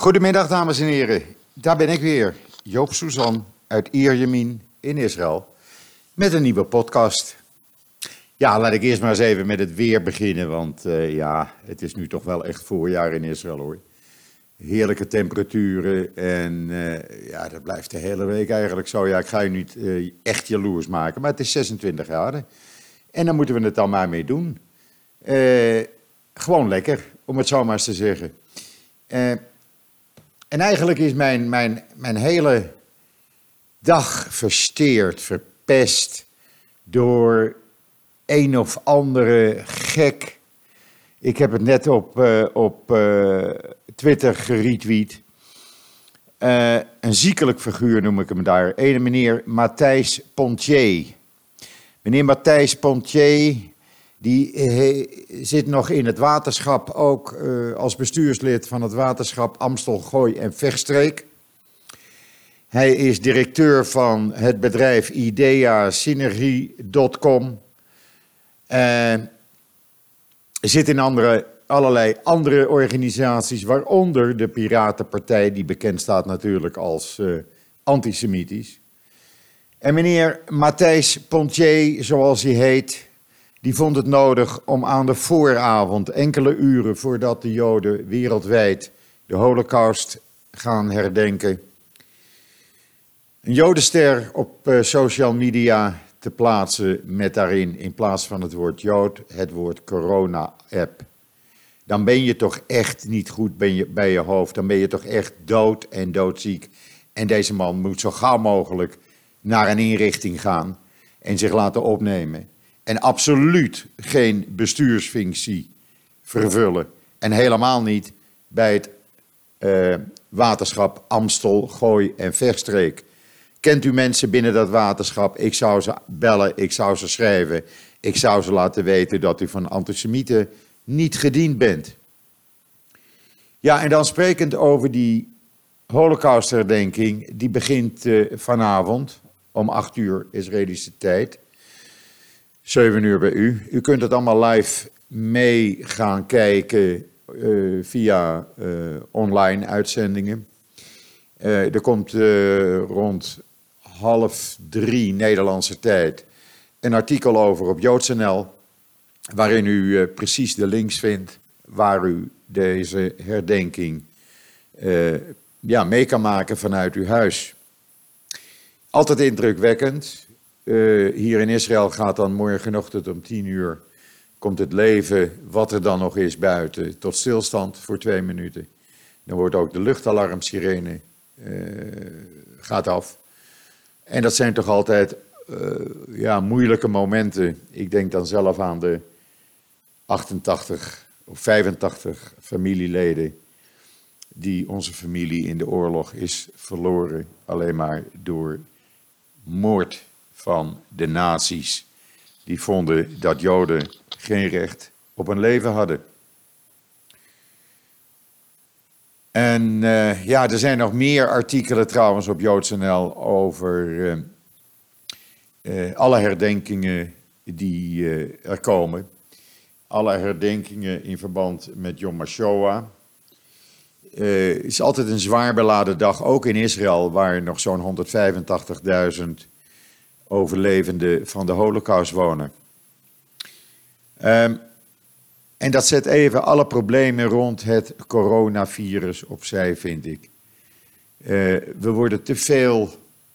Goedemiddag dames en heren, daar ben ik weer, Joop Suzan uit Ierjemien in Israël, met een nieuwe podcast. Ja, laat ik eerst maar eens even met het weer beginnen, want het is nu toch wel echt voorjaar in Israël hoor. Heerlijke temperaturen en dat blijft de hele week eigenlijk zo. Ja, ik ga je niet echt jaloers maken, maar het is 26 graden. En daar moeten we het dan maar mee doen. Gewoon lekker, om het zo maar eens te zeggen. En eigenlijk is mijn hele dag versteerd, verpest door een of andere gek. Ik heb het net op Twitter geretweet. Een ziekelijk figuur noem ik hem daar. Ene meneer Matthijs Pontier. Meneer Matthijs Pontier, die zit nog in het waterschap, ook als bestuurslid van het waterschap Amstel, Gooi en Vechtstreek. Hij is directeur van het bedrijf ideasynergie.com. Zit in allerlei andere organisaties, waaronder de Piratenpartij, die bekend staat natuurlijk als antisemitisch. En meneer Matthijs Pontier, zoals hij heet, die vond het nodig om aan de vooravond, enkele uren voordat de Joden wereldwijd de Holocaust gaan herdenken, een Jodenster op social media te plaatsen met daarin, in plaats van het woord Jood, het woord corona-app. Dan ben je toch echt niet goed bij je hoofd, dan ben je toch echt dood en doodziek. En deze man moet zo gauw mogelijk naar een inrichting gaan en zich laten opnemen. En absoluut geen bestuursfunctie vervullen. En helemaal niet bij het waterschap Amstel, Gooi en Vechtstreek. Kent u mensen binnen dat waterschap? Ik zou ze bellen, ik zou ze schrijven. Ik zou ze laten weten dat u van antisemieten niet gediend bent. Ja, en dan sprekend over die Holocaustherdenking. Die begint vanavond om 8 uur Israëlische tijd. 7 uur bij u. U kunt het allemaal live mee gaan kijken via online uitzendingen. Er komt rond 2:30 Nederlandse tijd een artikel over op JoodsNL, waarin u precies de links vindt waar u deze herdenking mee kan maken vanuit uw huis. Altijd indrukwekkend. Hier in Israël gaat dan morgenochtend om 10 uur, komt het leven, wat er dan nog is buiten, tot stilstand voor 2 minuten. Dan wordt ook de luchtalarmsirene gaat af. En dat zijn toch altijd moeilijke momenten. Ik denk dan zelf aan de 88 of 85 familieleden die onze familie in de oorlog is verloren. Alleen maar door moord van de nazi's. Die vonden dat Joden geen recht op een leven hadden. En er zijn nog meer artikelen trouwens op JoodsNL over alle herdenkingen die er komen. Alle herdenkingen in verband met Yom HaShoah. Het is altijd een zwaar beladen dag, ook in Israël, waar nog zo'n 185.000 overlevenden van de Holocaust wonen. En dat zet even alle problemen rond het coronavirus opzij, vind ik. We worden te veel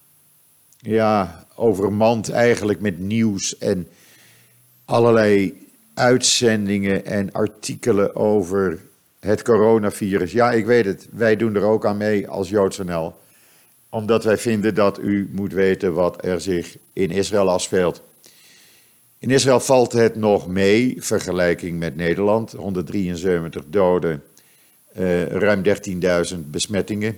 overmand eigenlijk met nieuws en allerlei uitzendingen en artikelen over het coronavirus. Ja, ik weet het, wij doen er ook aan mee als JoodsNL. Omdat wij vinden dat u moet weten wat er zich in Israël afspeelt. In Israël valt het nog mee, vergelijking met Nederland. 173 doden, ruim 13.000 besmettingen.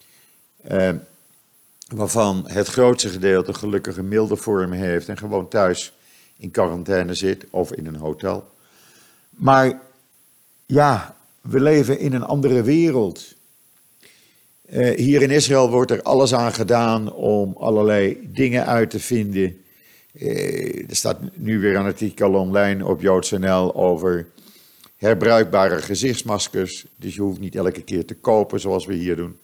Waarvan het grootste gedeelte gelukkig een milde vorm heeft en gewoon thuis in quarantaine zit of in een hotel. Maar ja, we leven in een andere wereld. Hier in Israël wordt er alles aan gedaan om allerlei dingen uit te vinden. Er staat nu weer een artikel online op JoodsNL over herbruikbare gezichtsmaskers. Dus je hoeft niet elke keer te kopen zoals we hier doen.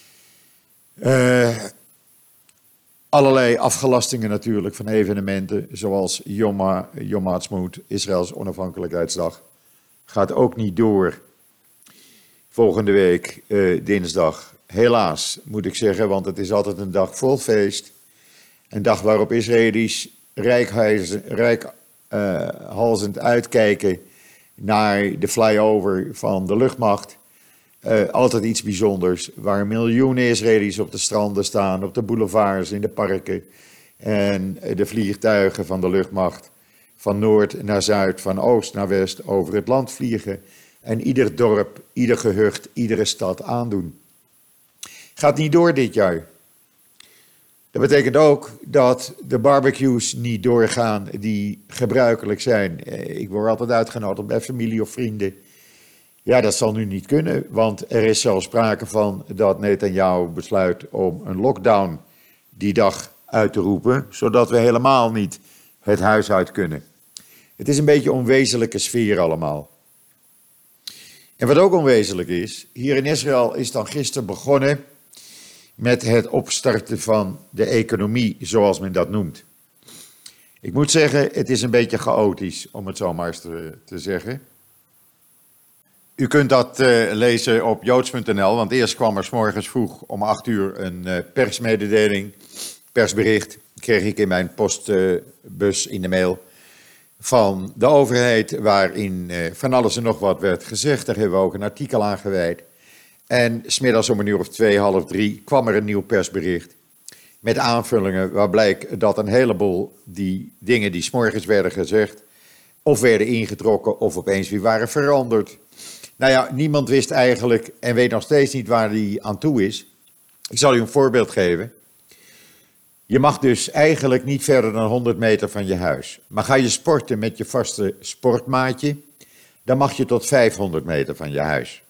Allerlei afgelastingen natuurlijk van evenementen, zoals Yom Ha'atzmaut, Israëls onafhankelijkheidsdag. Gaat ook niet door volgende week, dinsdag. Helaas, moet ik zeggen, want het is altijd een dag vol feest. Een dag waarop Israëli's rijkhalzend uitkijken naar de flyover van de luchtmacht. Altijd iets bijzonders, waar miljoenen Israëli's op de stranden staan, op de boulevards, in de parken. En de vliegtuigen van de luchtmacht van noord naar zuid, van oost naar west over het land vliegen. En ieder dorp, ieder gehucht, iedere stad aandoen. Gaat niet door dit jaar. Dat betekent ook dat de barbecues niet doorgaan die gebruikelijk zijn. Ik word altijd uitgenodigd bij familie of vrienden. Ja, dat zal nu niet kunnen, want er is zelfs sprake van dat Netanyahu besluit om een lockdown die dag uit te roepen, zodat we helemaal niet het huis uit kunnen. Het is een beetje een onwezenlijke sfeer allemaal. En wat ook onwezenlijk is, hier in Israël is dan gisteren begonnen met het opstarten van de economie, zoals men dat noemt. Ik moet zeggen, het is een beetje chaotisch, om het zo maar eens te zeggen. U kunt dat lezen op joods.nl, want eerst kwam er 's morgens vroeg om 8 uur een persmededeling, persbericht, kreeg ik in mijn postbus in de mail van de overheid, waarin van alles en nog wat werd gezegd. Daar hebben we ook een artikel aan gewijd. En 's middags om 1 uur of 2, half 3 kwam er een nieuw persbericht met aanvullingen waar blijkt dat een heleboel die dingen die 's morgens werden gezegd of werden ingetrokken of opeens weer waren veranderd. Nou ja, niemand wist eigenlijk en weet nog steeds niet waar die aan toe is. Ik zal u een voorbeeld geven. Je mag dus eigenlijk niet verder dan 100 meter van je huis. Maar ga je sporten met je vaste sportmaatje, dan mag je tot 500 meter van je huis.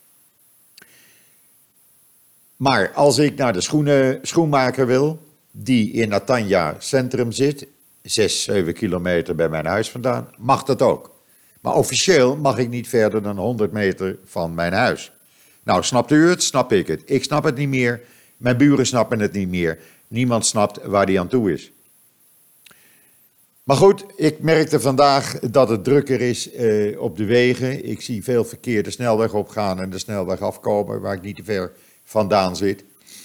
Maar als ik naar de schoenmaker wil, die in Natanja Centrum zit, 6, 7 kilometer bij mijn huis vandaan, mag dat ook. Maar officieel mag ik niet verder dan 100 meter van mijn huis. Nou, snapt u het? Snap ik het. Ik snap het niet meer. Mijn buren snappen het niet meer. Niemand snapt waar die aan toe is. Maar goed, ik merkte vandaag dat het drukker is op de wegen. Ik zie veel verkeer de snelweg opgaan en de snelweg afkomen, waar ik niet te ver vandaan zit.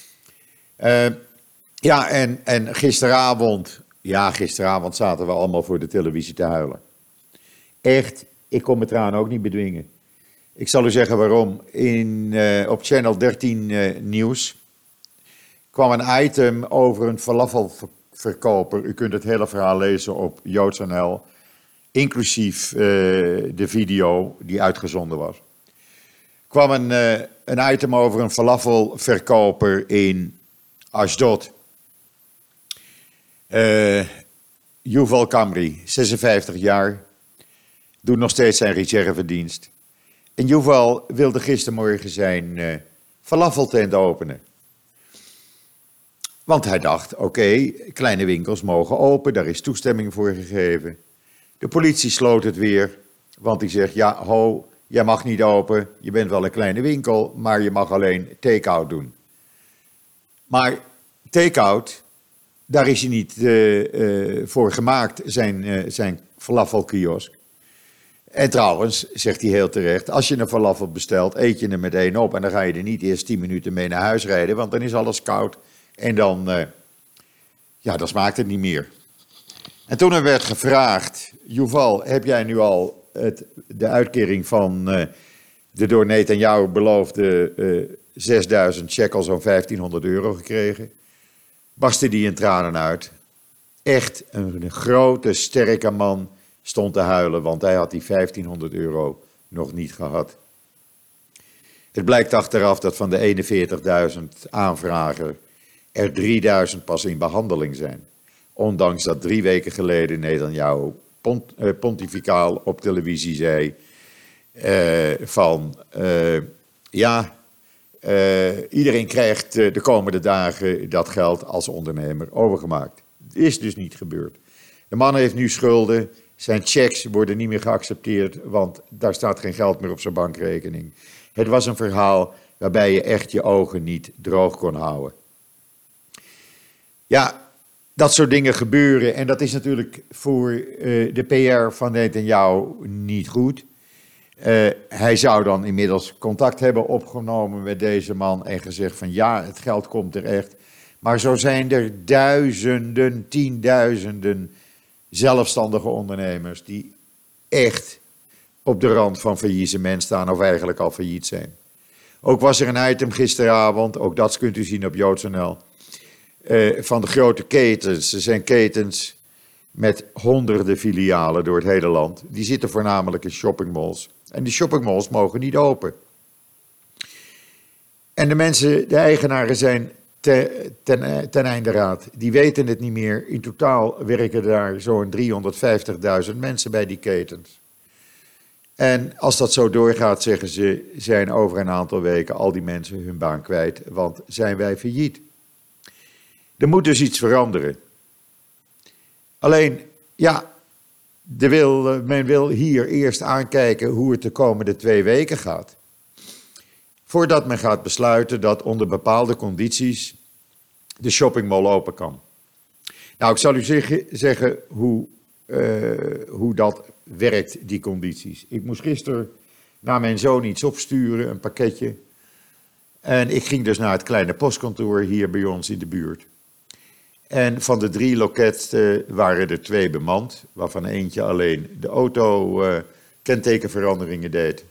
En gisteravond zaten we allemaal voor de televisie te huilen. Echt, ik kon mijn tranen ook niet bedwingen. Ik zal u zeggen waarom. Op Channel 13 nieuws kwam een item over een falafelverkoper. U kunt het hele verhaal lezen op joods.nl, inclusief de video die uitgezonden was. Kwam een item over een falafelverkoper in Ashdod. Yuval Kamri, 56 jaar, doet nog steeds zijn reservedienst. En Yuval wilde gistermorgen zijn falafeltent openen. Want hij dacht, oké, kleine winkels mogen open, daar is toestemming voor gegeven. De politie sloot het weer, want die zegt, ja, ho, jij mag niet open, je bent wel een kleine winkel, maar je mag alleen take-out doen. Maar take-out, daar is hij niet voor gemaakt, zijn falafelkiosk. En trouwens, zegt hij heel terecht, als je een falafel bestelt, eet je er meteen op en dan ga je er niet eerst 10 minuten mee naar huis rijden, want dan is alles koud en dan smaakt het niet meer. En toen er werd gevraagd, Yuval, heb jij nu al de uitkering van de door Netanyahu beloofde 6000 shekel, zo'n 1500 euro gekregen? Barstte die in tranen uit. Echt een grote, sterke man stond te huilen, want hij had die 1500 euro nog niet gehad. Het blijkt achteraf dat van de 41.000 aanvragen er 3000 pas in behandeling zijn. Ondanks dat 3 weken geleden Netanyahu pontificaal op televisie zei iedereen krijgt de komende dagen dat geld als ondernemer overgemaakt. Is dus niet gebeurd. De man heeft nu schulden Zijn checks worden niet meer geaccepteerd, want daar staat geen geld meer op zijn bankrekening. Het was een verhaal waarbij je echt je ogen niet droog kon houden. Ja, dat soort dingen gebeuren en dat is natuurlijk voor de PR van Netanyahu niet goed. Hij zou dan inmiddels contact hebben opgenomen met deze man en gezegd van ja, het geld komt er echt. Maar zo zijn er duizenden, tienduizenden zelfstandige ondernemers die echt op de rand van faillissement staan of eigenlijk al failliet zijn. Ook was er een item gisteravond, ook dat kunt u zien op JoodsNL, van de grote ketens. Er zijn ketens met honderden filialen door het hele land. Die zitten voornamelijk in shoppingmalls. En die shoppingmalls mogen niet open. En de mensen, de eigenaren zijn ten einde raad. Die weten het niet meer. In totaal werken daar zo'n 350.000 mensen bij die ketens. En als dat zo doorgaat, zeggen ze, zijn over een aantal weken al die mensen hun baan kwijt, want zijn wij failliet. Er moet dus iets veranderen. Alleen, ja, men wil hier eerst aankijken hoe het de komende 2 weken gaat. Voordat men gaat besluiten dat onder bepaalde condities de shoppingmall open kan. Nou, ik zal u zeggen hoe dat werkt, die condities. Ik moest gisteren naar mijn zoon iets opsturen, een pakketje. En ik ging dus naar het kleine postkantoor hier bij ons in de buurt. En van de 3 loketten waren er 2 bemand, waarvan eentje alleen de auto kentekenveranderingen deed.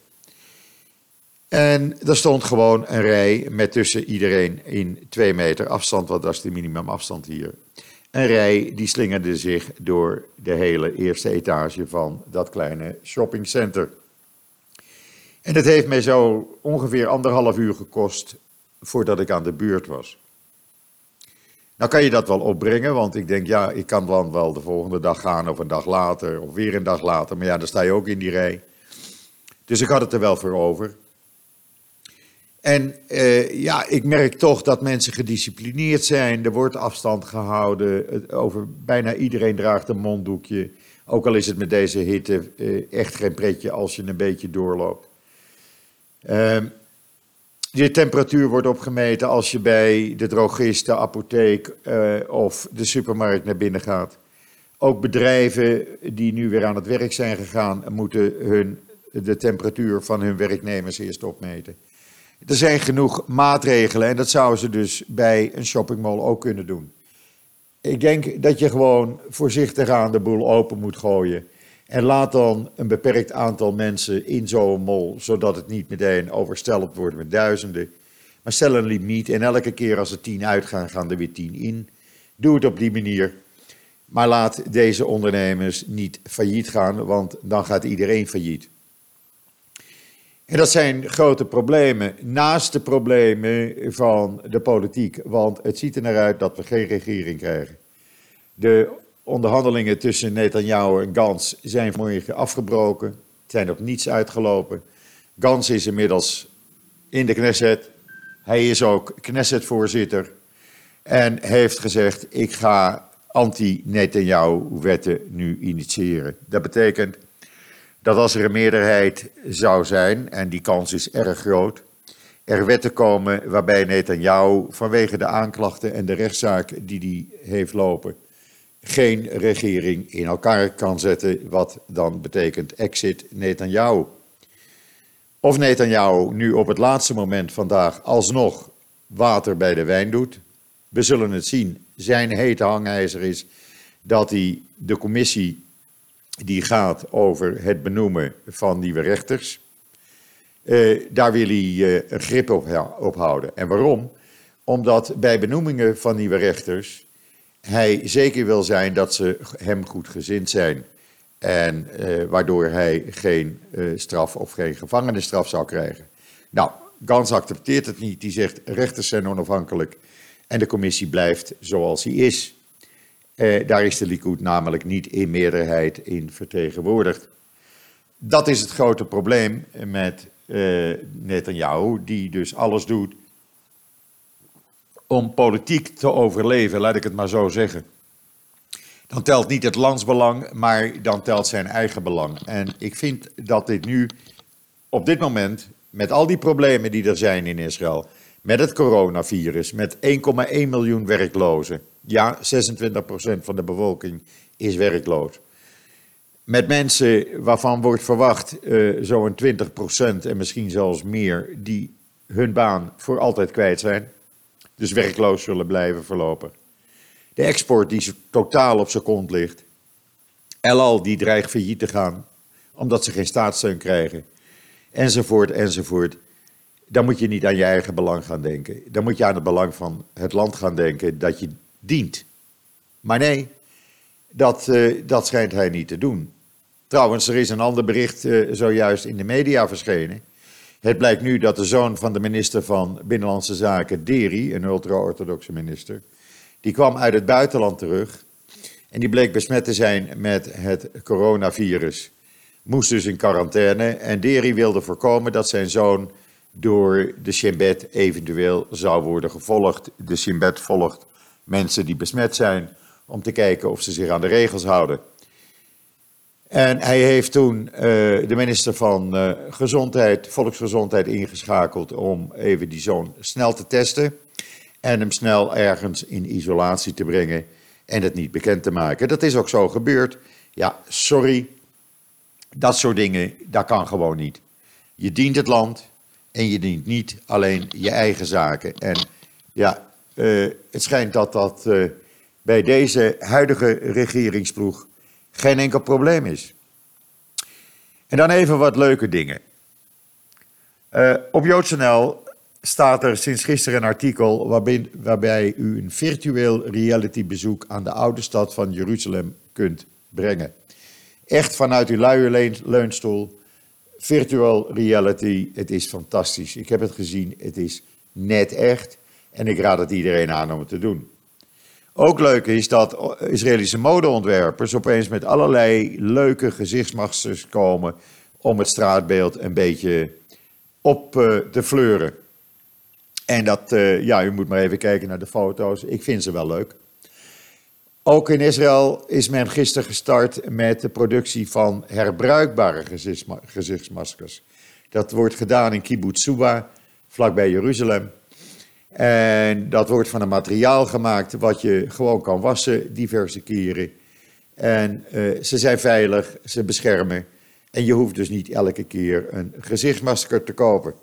En er stond gewoon een rij met tussen iedereen in 2 meter afstand, want dat is de minimumafstand hier. Een rij die slingerde zich door de hele eerste etage van dat kleine shoppingcenter. En dat heeft mij zo ongeveer 1,5 uur gekost voordat ik aan de beurt was. Nou kan je dat wel opbrengen, want ik denk, ja, ik kan dan wel de volgende dag gaan of een dag later of weer een dag later. Maar ja, dan sta je ook in die rij. Dus ik had het er wel voor over. En ja, ik merk toch dat mensen gedisciplineerd zijn. Er wordt afstand gehouden. Bijna iedereen draagt een monddoekje. Ook al is het met deze hitte echt geen pretje als je een beetje doorloopt. De temperatuur wordt opgemeten als je bij de drogist, de apotheek of de supermarkt naar binnen gaat. Ook bedrijven die nu weer aan het werk zijn gegaan, moeten de temperatuur van hun werknemers eerst opmeten. Er zijn genoeg maatregelen en dat zouden ze dus bij een shoppingmall ook kunnen doen. Ik denk dat je gewoon voorzichtig aan de boel open moet gooien. En laat dan een beperkt aantal mensen in zo'n mall, zodat het niet meteen overstelpt wordt met duizenden. Maar stel een limiet en elke keer als er 10 uitgaan, gaan er weer 10 in. Doe het op die manier. Maar laat deze ondernemers niet failliet gaan, want dan gaat iedereen failliet. En dat zijn grote problemen, naast de problemen van de politiek. Want het ziet er naar uit dat we geen regering krijgen. De onderhandelingen tussen Netanyahu en Gantz zijn vanmorgen afgebroken, zijn op niets uitgelopen. Gantz is inmiddels in de Knesset. Hij is ook Knesset-voorzitter en heeft gezegd, ik ga anti-Netanyahu-wetten nu initiëren. Dat betekent dat als er een meerderheid zou zijn, en die kans is erg groot, er wetten komen waarbij Netanyahu vanwege de aanklachten en de rechtszaak die hij heeft lopen, geen regering in elkaar kan zetten, wat dan betekent exit Netanyahu. Of Netanyahu nu op het laatste moment vandaag alsnog water bij de wijn doet, we zullen het zien. Zijn hete hangijzer is dat hij de commissie die gaat over het benoemen van nieuwe rechters, daar wil hij een grip op houden. En waarom? Omdat bij benoemingen van nieuwe rechters hij zeker wil zijn dat ze hem goedgezind zijn. En waardoor hij geen straf of geen gevangenisstraf zou krijgen. Nou, Gantz accepteert het niet. Die zegt rechters zijn onafhankelijk en de commissie blijft zoals hij is. Daar is de Likud namelijk niet in meerderheid in vertegenwoordigd. Dat is het grote probleem met Netanyahu, die dus alles doet om politiek te overleven, laat ik het maar zo zeggen. dan telt niet het landsbelang, maar dan telt zijn eigen belang. En ik vind dat dit nu, op dit moment, met al die problemen die er zijn in Israël, met het coronavirus, met 1,1 miljoen werklozen, ja, 26% van de bevolking is werkloos. Met mensen waarvan wordt verwacht zo'n 20% en misschien zelfs meer, die hun baan voor altijd kwijt zijn, dus werkloos zullen blijven voorlopig. De export die totaal op zijn kont ligt. El Al die dreigt failliet te gaan, omdat ze geen staatssteun krijgen. Enzovoort, enzovoort. Dan moet je niet aan je eigen belang gaan denken. Dan moet je aan het belang van het land gaan denken dat je dient. Maar nee, dat schijnt hij niet te doen. Trouwens, er is een ander bericht zojuist in de media verschenen. Het blijkt nu dat de zoon van de minister van Binnenlandse Zaken, Deri, een ultra-orthodoxe minister, die kwam uit het buitenland terug en die bleek besmet te zijn met het coronavirus. Moest dus in quarantaine en Deri wilde voorkomen dat zijn zoon door de Shin Bet eventueel zou worden gevolgd. De Shin Bet volgt mensen die besmet zijn om te kijken of ze zich aan de regels houden. En hij heeft toen de minister van Volksgezondheid ingeschakeld om even die zoon snel te testen en hem snel ergens in isolatie te brengen en het niet bekend te maken. Dat is ook zo gebeurd. Ja, sorry, dat soort dingen, dat kan gewoon niet. Je dient het land en je dient niet alleen je eigen zaken. En ja, het schijnt dat bij deze huidige regeringsploeg geen enkel probleem is. En dan even wat leuke dingen. Op JoodsNL staat er sinds gisteren een artikel waarbij u een virtueel reality bezoek aan de oude stad van Jeruzalem kunt brengen. Echt vanuit uw luie leunstoel, virtual reality, het is fantastisch. Ik heb het gezien, het is net echt en ik raad het iedereen aan om het te doen. Ook leuk is dat Israëlische modeontwerpers opeens met allerlei leuke gezichtsmaskers komen om het straatbeeld een beetje op te fleuren. En dat, u moet maar even kijken naar de foto's. Ik vind ze wel leuk. Ook in Israël is men gisteren gestart met de productie van herbruikbare gezichtsmaskers. Dat wordt gedaan in Kibbutz Suba, vlakbij Jeruzalem. En dat wordt van een materiaal gemaakt wat je gewoon kan wassen diverse keren. En ze zijn veilig, ze beschermen. En je hoeft dus niet elke keer een gezichtsmasker te kopen.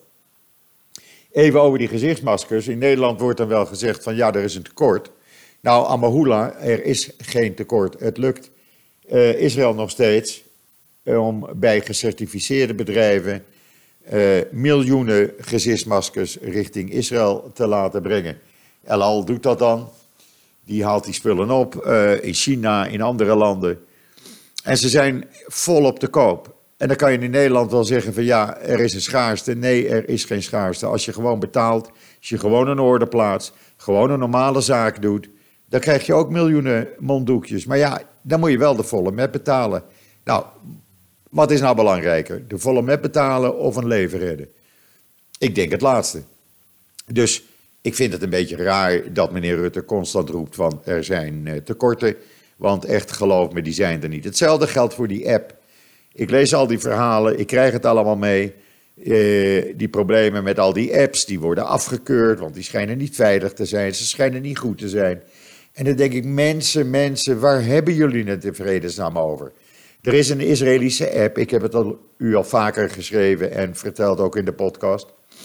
Even over die gezichtsmaskers. In Nederland wordt dan wel gezegd van ja, er is een tekort. Nou, Amahula, er is geen tekort. Het lukt Israël nog steeds om bij gecertificeerde bedrijven miljoenen gezichtsmaskers richting Israël te laten brengen. El Al doet dat dan. Die haalt die spullen op in China, in andere landen. En ze zijn volop te koop. En dan kan je in Nederland wel zeggen van ja, er is een schaarste. Nee, er is geen schaarste. Als je gewoon betaalt, als je gewoon een orde plaatst, gewoon een normale zaak doet, dan krijg je ook miljoenen monddoekjes. Maar ja, dan moet je wel de volle met betalen. Nou, wat is nou belangrijker? De volle met betalen of een leven redden? Ik denk het laatste. Dus ik vind het een beetje raar dat meneer Rutte constant roept van er zijn tekorten. Want echt, geloof me, die zijn er niet. Hetzelfde geldt voor die app. Ik lees al die verhalen, ik krijg het allemaal mee. Die problemen met al die apps, die worden afgekeurd, want die schijnen niet veilig te zijn. Ze schijnen niet goed te zijn. En dan denk ik, mensen, waar hebben jullie het in vredesnaam over? Er is een Israëlische app, ik heb het u al vaker geschreven en verteld ook in de podcast.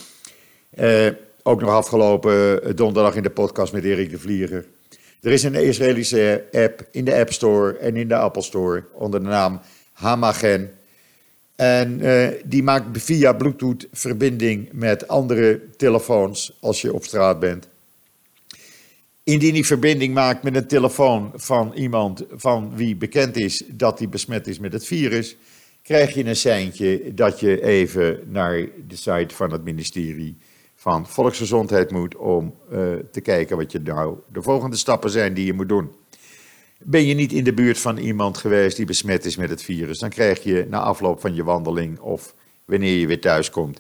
Ook nog afgelopen donderdag in de podcast met Erik de Vlieger. Er is een Israëlische app in de App Store en in de Apple Store onder de naam Hamagen. En die maakt via Bluetooth verbinding met andere telefoons als je op straat bent. Indien die verbinding maakt met een telefoon van iemand van wie bekend is dat hij besmet is met het virus, krijg je een seintje dat je even naar de site van het ministerie van Volksgezondheid moet om te kijken wat je nou de volgende stappen zijn die je moet doen. Ben je niet in de buurt van iemand geweest die besmet is met het virus, dan krijg je na afloop van je wandeling of wanneer je weer thuis komt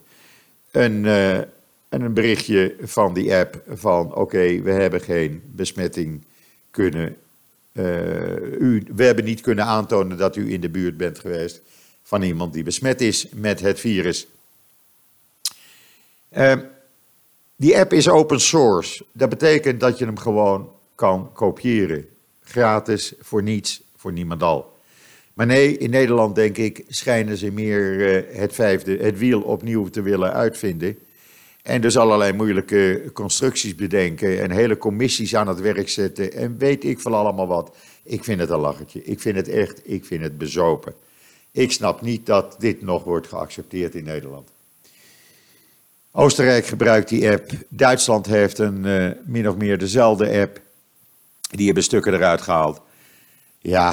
een berichtje van die app van oké, we hebben geen besmetting kunnen we hebben niet kunnen aantonen dat u in de buurt bent geweest van iemand die besmet is met het virus. Die app is open source. Dat betekent dat je hem gewoon kan kopiëren. Gratis, voor niets, voor niemandal. Maar nee, in Nederland denk ik schijnen ze meer het wiel opnieuw te willen uitvinden. En dus allerlei moeilijke constructies bedenken en hele commissies aan het werk zetten en weet ik van allemaal wat. Ik vind het een lachertje. Ik vind het bezopen. Ik snap niet dat dit nog wordt geaccepteerd in Nederland. Oostenrijk gebruikt die app. Duitsland heeft een min of meer dezelfde app. Die hebben stukken eruit gehaald. Ja,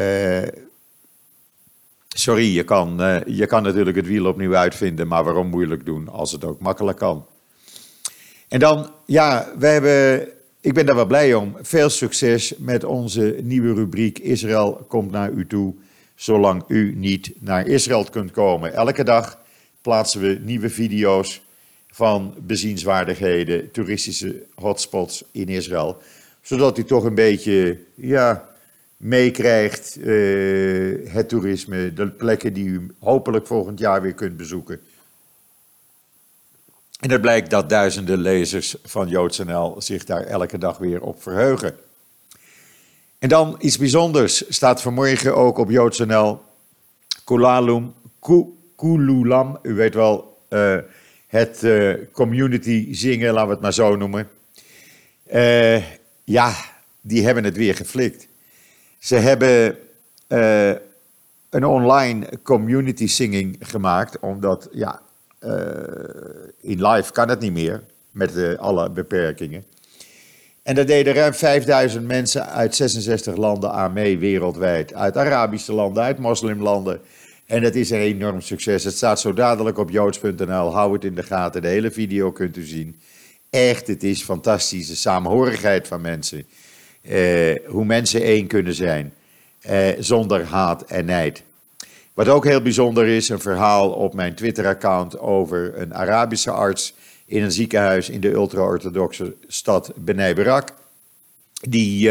sorry, je kan natuurlijk het wiel opnieuw uitvinden, maar waarom moeilijk doen als het ook makkelijk kan? En dan, ja, ik ben daar wel blij om. Veel succes met onze nieuwe rubriek Israël komt naar u toe, zolang u niet naar Israël kunt komen. Elke dag plaatsen we nieuwe video's van bezienswaardigheden, toeristische hotspots in Israël, zodat u toch een beetje, ja, meekrijgt het toerisme, de plekken die u hopelijk volgend jaar weer kunt bezoeken. En het blijkt dat duizenden lezers van JoodsNL zich daar elke dag weer op verheugen. En dan iets bijzonders staat vanmorgen ook op JoodsNL. Kululam, u weet wel, het community zingen, laten we het maar zo noemen. Ja, die hebben het weer geflikt. Ze hebben een online community singing gemaakt, omdat ja, in live kan het niet meer met alle beperkingen. En daar deden ruim 5000 mensen uit 66 landen aan mee wereldwijd. Uit Arabische landen, uit moslimlanden. En het is een enorm succes. Het staat zo dadelijk op joods.nl. Hou het in de gaten. De hele video kunt u zien. Echt, het is fantastisch. De saamhorigheid van mensen. Hoe mensen één kunnen zijn. Zonder haat en nijd. Wat ook heel bijzonder is, een verhaal op mijn Twitter-account over een Arabische arts in een ziekenhuis in de ultra-orthodoxe stad Bnei Brak. Die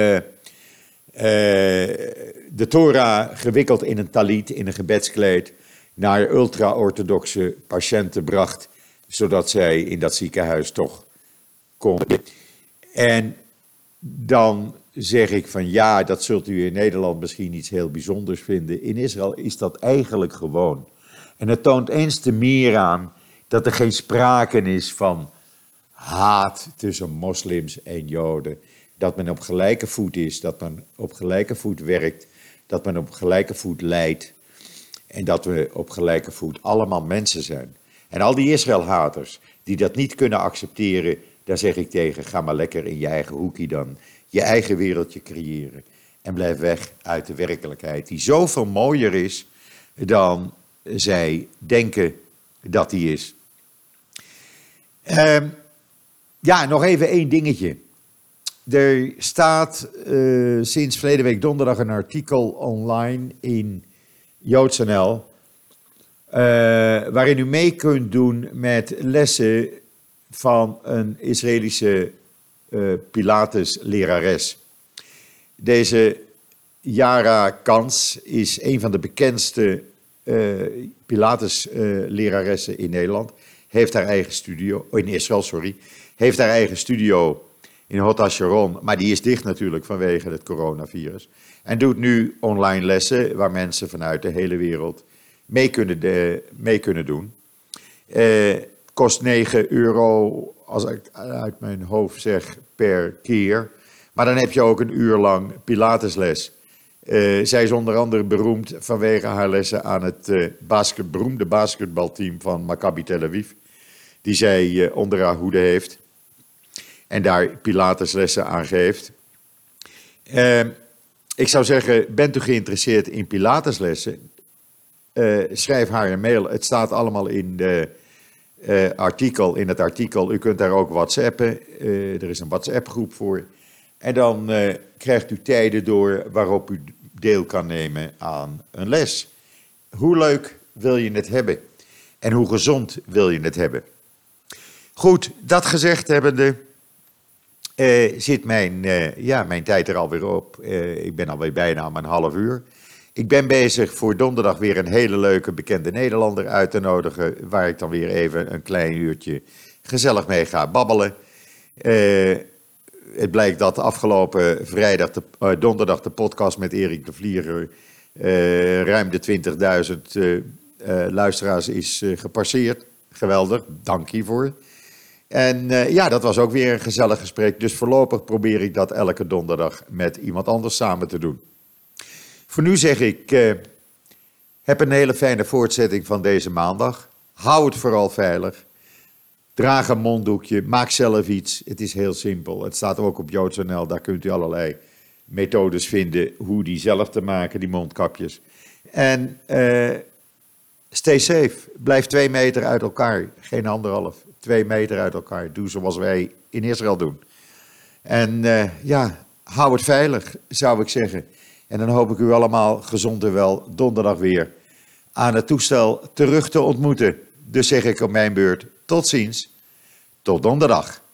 de Torah gewikkeld in een talit, in een gebedskleed, naar ultra-orthodoxe patiënten bracht, zodat zij in dat ziekenhuis toch konden. En dan zeg ik van ja, dat zult u in Nederland misschien iets heel bijzonders vinden. In Israël is dat eigenlijk gewoon. En het toont eens te meer aan dat er geen sprake is van haat tussen moslims en joden. Dat men op gelijke voet is, dat men op gelijke voet werkt, dat men op gelijke voet lijdt. En dat we op gelijke voet allemaal mensen zijn. En al die Israël-haters die dat niet kunnen accepteren, daar zeg ik tegen, ga maar lekker in je eigen hoekje dan. Je eigen wereldje creëren. En blijf weg uit de werkelijkheid, die zoveel mooier is dan zij denken dat die is. Ja, nog even één dingetje. Er staat sinds verleden week donderdag een artikel online in JoodsNL, waarin u mee kunt doen met lessen van een Israëlische Pilates-lerares. Deze Yara Kans is een van de bekendste Pilates-leraressen in Nederland. Heeft haar eigen studio, in Israël, sorry. Heeft haar eigen studio in Hod HaSharon, maar die is dicht natuurlijk vanwege het coronavirus. En doet nu online lessen waar mensen vanuit de hele wereld mee kunnen doen. Kost €9, als ik uit mijn hoofd zeg, per keer. Maar dan heb je ook een uur lang Pilatesles. Zij is onder andere beroemd vanwege haar lessen aan het beroemde basketbalteam van Maccabi Tel Aviv. Die zij onder haar hoede heeft. En daar Pilateslessen aan geeft. Ik zou zeggen, bent u geïnteresseerd in Pilateslessen? Schrijf haar een mail. Het staat allemaal in het artikel. U kunt daar ook WhatsAppen. Er is een WhatsApp-groep voor. En dan krijgt u tijden door waarop u deel kan nemen aan een les. Hoe leuk wil je het hebben? En hoe gezond wil je het hebben? Goed, dat gezegd hebbende, zit mijn tijd er alweer op. Ik ben alweer bijna aan mijn half uur. Ik ben bezig voor donderdag weer een hele leuke bekende Nederlander uit te nodigen, waar ik dan weer even een klein uurtje gezellig mee ga babbelen. Het blijkt dat afgelopen donderdag de podcast met Erik de Vlieger ruim de 20.000 luisteraars is gepasseerd. Geweldig, dank hiervoor. En dat was ook weer een gezellig gesprek. Dus voorlopig probeer ik dat elke donderdag met iemand anders samen te doen. Voor nu zeg ik, heb een hele fijne voortzetting van deze maandag. Hou het vooral veilig. Draag een monddoekje, maak zelf iets. Het is heel simpel. Het staat ook op Joods.nl, daar kunt u allerlei methodes vinden hoe die zelf te maken, die mondkapjes. En stay safe. Blijf 2 meter uit elkaar, geen 1,5. 2 meter uit elkaar. Doe zoals wij in Israël doen. En hou het veilig, zou ik zeggen. En dan hoop ik u allemaal gezond en wel donderdag weer aan het toestel terug te ontmoeten. Dus zeg ik op mijn beurt tot ziens, tot donderdag.